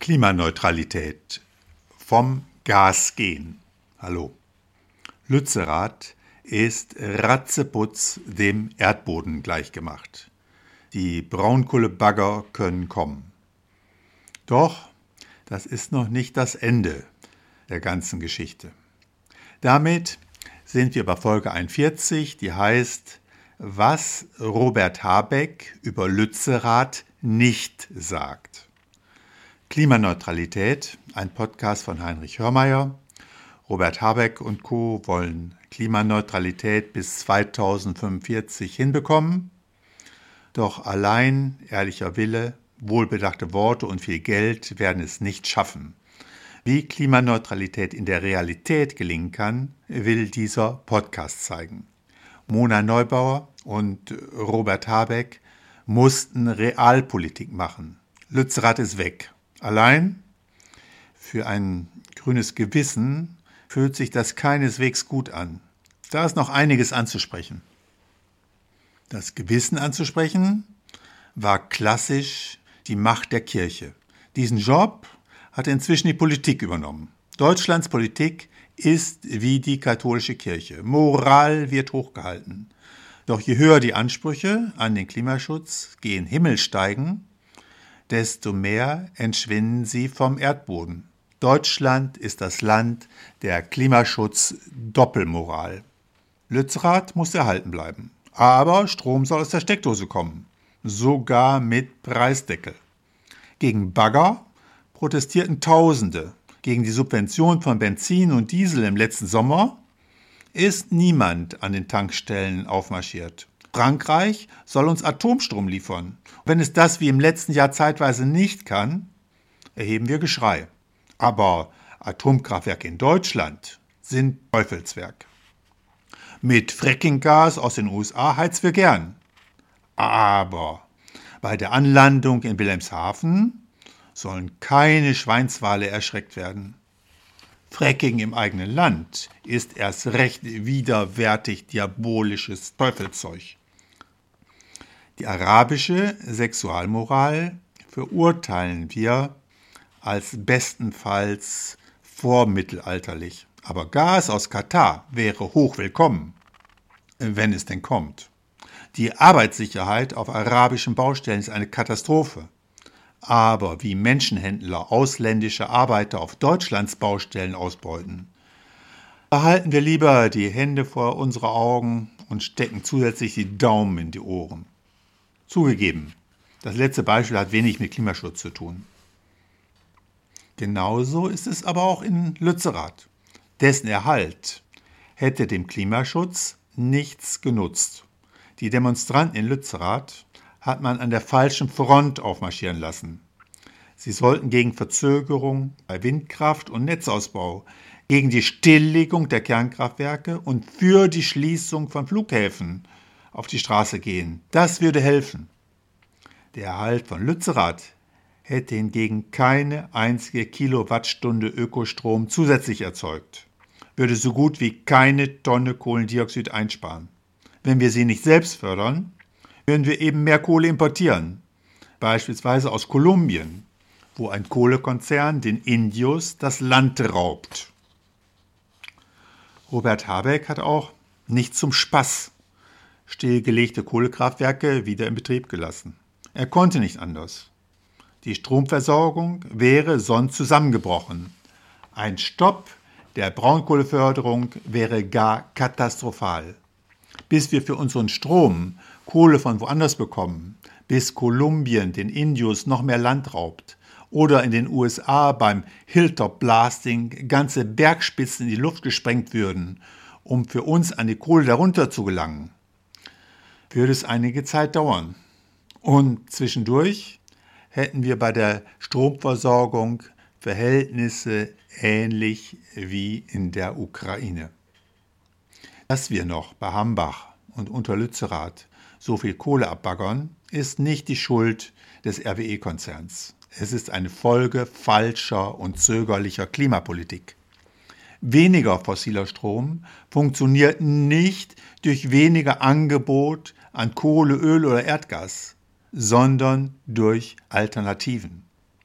Klimaneutralität. Vom Gas gehen. Hallo. Lützerath ist ratzeputz dem Erdboden gleichgemacht. Die Braunkohlebagger können kommen. Doch das ist noch nicht das Ende der ganzen Geschichte. Damit sind wir bei Folge 41, die heißt, was Robert Habeck über Lützerath nicht sagt. Klimaneutralität, ein Podcast von Heinrich Hörmeier. Robert Habeck und Co. wollen Klimaneutralität bis 2045 hinbekommen. Doch allein ehrlicher Wille, wohlbedachte Worte und viel Geld werden es nicht schaffen. Wie Klimaneutralität in der Realität gelingen kann, will dieser Podcast zeigen. Mona Neubauer und Robert Habeck mussten Realpolitik machen. Lützerath ist weg. Allein für ein grünes Gewissen fühlt sich das keineswegs gut an. Da ist noch einiges anzusprechen. Das Gewissen anzusprechen war klassisch die Macht der Kirche. Diesen Job hat inzwischen die Politik übernommen. Deutschlands Politik ist wie die katholische Kirche. Moral wird hochgehalten. Doch je höher die Ansprüche an den Klimaschutz gen Himmel steigen, desto mehr entschwinden sie vom Erdboden. Deutschland ist das Land der Klimaschutz-Doppelmoral. Lützerath muss erhalten bleiben. Aber Strom soll aus der Steckdose kommen. Sogar mit Preisdeckel. Gegen Bagger protestierten Tausende. Gegen die Subvention von Benzin und Diesel im letzten Sommer ist niemand an den Tankstellen aufmarschiert. Frankreich soll uns Atomstrom liefern. Wenn es das wie im letzten Jahr zeitweise nicht kann, erheben wir Geschrei. Aber Atomkraftwerke in Deutschland sind Teufelswerk. Mit Frackinggas aus den USA heizen wir gern. Aber bei der Anlandung in Wilhelmshaven sollen keine Schweinswale erschreckt werden. Fracking im eigenen Land ist erst recht widerwärtig diabolisches Teufelszeug. Die arabische Sexualmoral verurteilen wir als bestenfalls vormittelalterlich. Aber Gas aus Katar wäre hochwillkommen, wenn es denn kommt. Die Arbeitssicherheit auf arabischen Baustellen ist eine Katastrophe. Aber wie Menschenhändler ausländische Arbeiter auf Deutschlands Baustellen ausbeuten, behalten wir lieber die Hände vor unsere Augen und stecken zusätzlich die Daumen in die Ohren. Zugegeben, das letzte Beispiel hat wenig mit Klimaschutz zu tun. Genauso ist es aber auch in Lützerath. Dessen Erhalt hätte dem Klimaschutz nichts genutzt. Die Demonstranten in Lützerath hat man an der falschen Front aufmarschieren lassen. Sie sollten gegen Verzögerung bei Windkraft und Netzausbau, gegen die Stilllegung der Kernkraftwerke und für die Schließung von Flughäfen auf die Straße gehen. Das würde helfen. Der Erhalt von Lützerath hätte hingegen keine einzige Kilowattstunde Ökostrom zusätzlich erzeugt, würde so gut wie keine Tonne Kohlendioxid einsparen. Wenn wir sie nicht selbst fördern, würden wir eben mehr Kohle importieren, beispielsweise aus Kolumbien, wo ein Kohlekonzern den Indios das Land raubt. Robert Habeck hat auch nicht zum Spaß stillgelegte Kohlekraftwerke wieder in Betrieb gelassen. Er konnte nicht anders. Die Stromversorgung wäre sonst zusammengebrochen. Ein Stopp der Braunkohleförderung wäre gar katastrophal. Bis wir für unseren Strom Kohle von woanders bekommen, bis Kolumbien den Indios noch mehr Land raubt oder in den USA beim Hilltop-Blasting ganze Bergspitzen in die Luft gesprengt würden, um für uns an die Kohle darunter zu gelangen, würde es einige Zeit dauern. Und zwischendurch hätten wir bei der Stromversorgung Verhältnisse ähnlich wie in der Ukraine. Dass wir noch bei Hambach und unter Lützerath so viel Kohle abbaggern, ist nicht die Schuld des RWE-Konzerns. Es ist eine Folge falscher und zögerlicher Klimapolitik. Weniger fossiler Strom funktioniert nicht durch weniger Angebot an Kohle, Öl oder Erdgas, sondern durch Alternativen.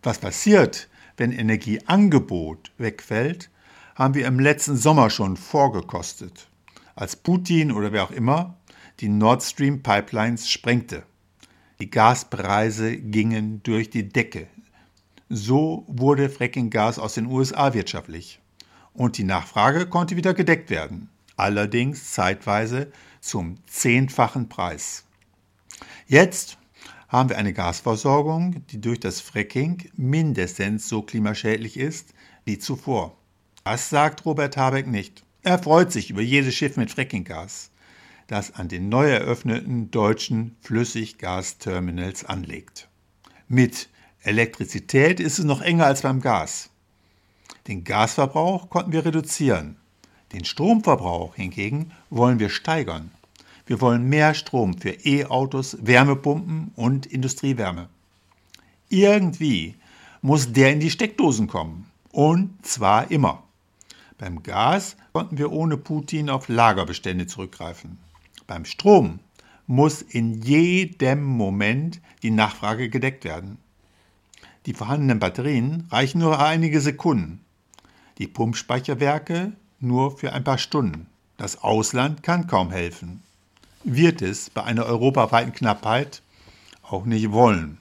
Was passiert, wenn Energieangebot wegfällt, haben wir im letzten Sommer schon vorgekostet, als Putin oder wer auch immer die Nord Stream Pipelines sprengte. Die Gaspreise gingen durch die Decke. So wurde Fracking-Gas aus den USA wirtschaftlich. Und die Nachfrage konnte wieder gedeckt werden, allerdings zeitweise zum 10-fachen Preis. Jetzt haben wir eine Gasversorgung, die durch das Fracking mindestens so klimaschädlich ist wie zuvor. Das sagt Robert Habeck nicht. Er freut sich über jedes Schiff mit Fracking-Gas, das an den neu eröffneten deutschen Flüssiggasterminals anlegt. Mit Elektrizität ist es noch enger als beim Gas. Den Gasverbrauch konnten wir reduzieren. Den Stromverbrauch hingegen wollen wir steigern. Wir wollen mehr Strom für E-Autos, Wärmepumpen und Industriewärme. Irgendwie muss der in die Steckdosen kommen. Und zwar immer. Beim Gas konnten wir ohne Putin auf Lagerbestände zurückgreifen. Beim Strom muss in jedem Moment die Nachfrage gedeckt werden. Die vorhandenen Batterien reichen nur einige Sekunden. Die Pumpspeicherwerke nur für ein paar Stunden. Das Ausland kann kaum helfen. Wird es bei einer europaweiten Knappheit auch nicht wollen.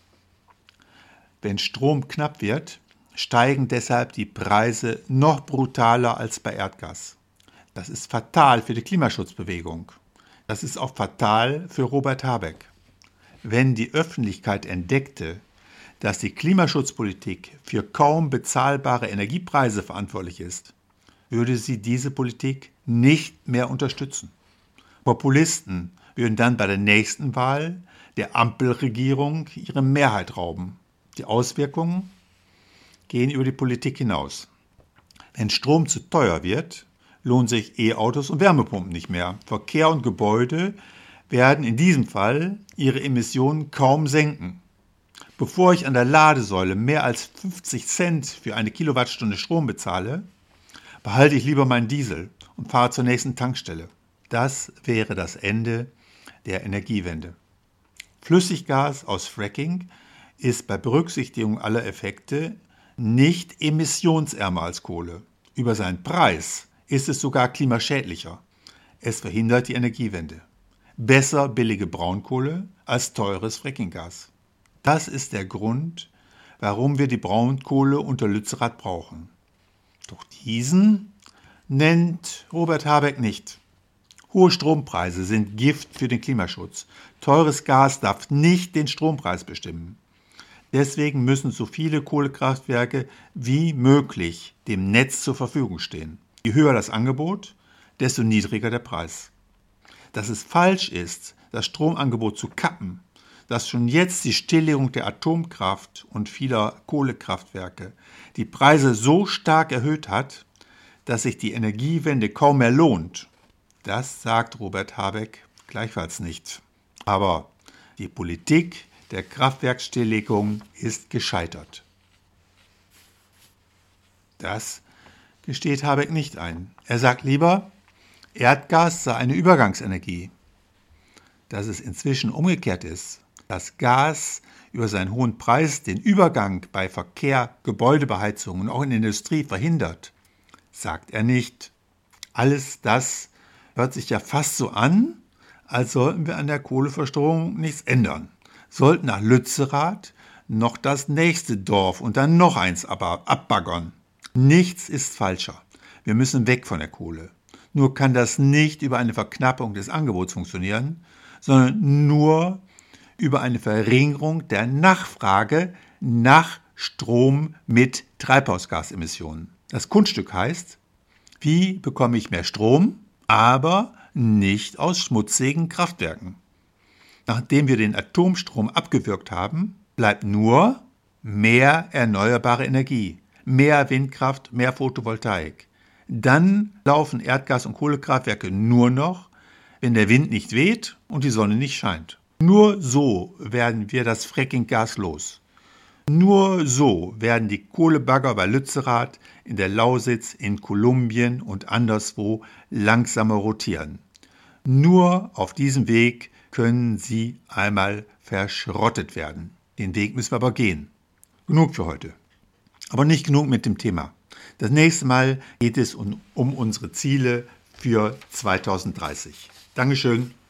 Wenn Strom knapp wird, steigen deshalb die Preise noch brutaler als bei Erdgas. Das ist fatal für die Klimaschutzbewegung. Das ist auch fatal für Robert Habeck. Wenn die Öffentlichkeit entdeckte, dass die Klimaschutzpolitik für kaum bezahlbare Energiepreise verantwortlich ist, würde sie diese Politik nicht mehr unterstützen. Populisten würden dann bei der nächsten Wahl der Ampelregierung ihre Mehrheit rauben. Die Auswirkungen gehen über die Politik hinaus. Wenn Strom zu teuer wird, lohnen sich E-Autos und Wärmepumpen nicht mehr. Verkehr und Gebäude werden in diesem Fall ihre Emissionen kaum senken. Bevor ich an der Ladesäule mehr als 50 Cent für eine Kilowattstunde Strom bezahle, behalte ich lieber meinen Diesel und fahre zur nächsten Tankstelle. Das wäre das Ende der Energiewende. Flüssiggas aus Fracking ist bei Berücksichtigung aller Effekte nicht emissionsärmer als Kohle. Über seinen Preis ist es sogar klimaschädlicher. Es verhindert die Energiewende. Besser billige Braunkohle als teures Frackinggas. Das ist der Grund, warum wir die Braunkohle unter Lützerath brauchen. Doch diesen nennt Robert Habeck nicht. Hohe Strompreise sind Gift für den Klimaschutz. Teures Gas darf nicht den Strompreis bestimmen. Deswegen müssen so viele Kohlekraftwerke wie möglich dem Netz zur Verfügung stehen. Je höher das Angebot, desto niedriger der Preis. Dass es falsch ist, das Stromangebot zu kappen, dass schon jetzt die Stilllegung der Atomkraft und vieler Kohlekraftwerke die Preise so stark erhöht hat, dass sich die Energiewende kaum mehr lohnt, das sagt Robert Habeck gleichfalls nicht. Aber die Politik der Kraftwerksstilllegung ist gescheitert. Das gesteht Habeck nicht ein. Er sagt lieber, Erdgas sei eine Übergangsenergie. Dass es inzwischen umgekehrt ist, dass Gas über seinen hohen Preis den Übergang bei Verkehr, Gebäudebeheizung und auch in der Industrie verhindert, sagt er nicht. Alles das hört sich ja fast so an, als sollten wir an der Kohleverstromung nichts ändern. Sollten nach Lützerath noch das nächste Dorf und dann noch eins aber abbaggern. Nichts ist falscher. Wir müssen weg von der Kohle. Nur kann das nicht über eine Verknappung des Angebots funktionieren, sondern nur über eine Verringerung der Nachfrage nach Strom mit Treibhausgasemissionen. Das Kunststück heißt, wie bekomme ich mehr Strom, aber nicht aus schmutzigen Kraftwerken. Nachdem wir den Atomstrom abgewürgt haben, bleibt nur mehr erneuerbare Energie, mehr Windkraft, mehr Photovoltaik. Dann laufen Erdgas- und Kohlekraftwerke nur noch, wenn der Wind nicht weht und die Sonne nicht scheint. Nur so werden wir das Fracking-Gas los. Nur so werden die Kohlebagger bei Lützerath, in der Lausitz, in Kolumbien und anderswo langsamer rotieren. Nur auf diesem Weg können sie einmal verschrottet werden. Den Weg müssen wir aber gehen. Genug für heute. Aber nicht genug mit dem Thema. Das nächste Mal geht es um unsere Ziele für 2030. Dankeschön.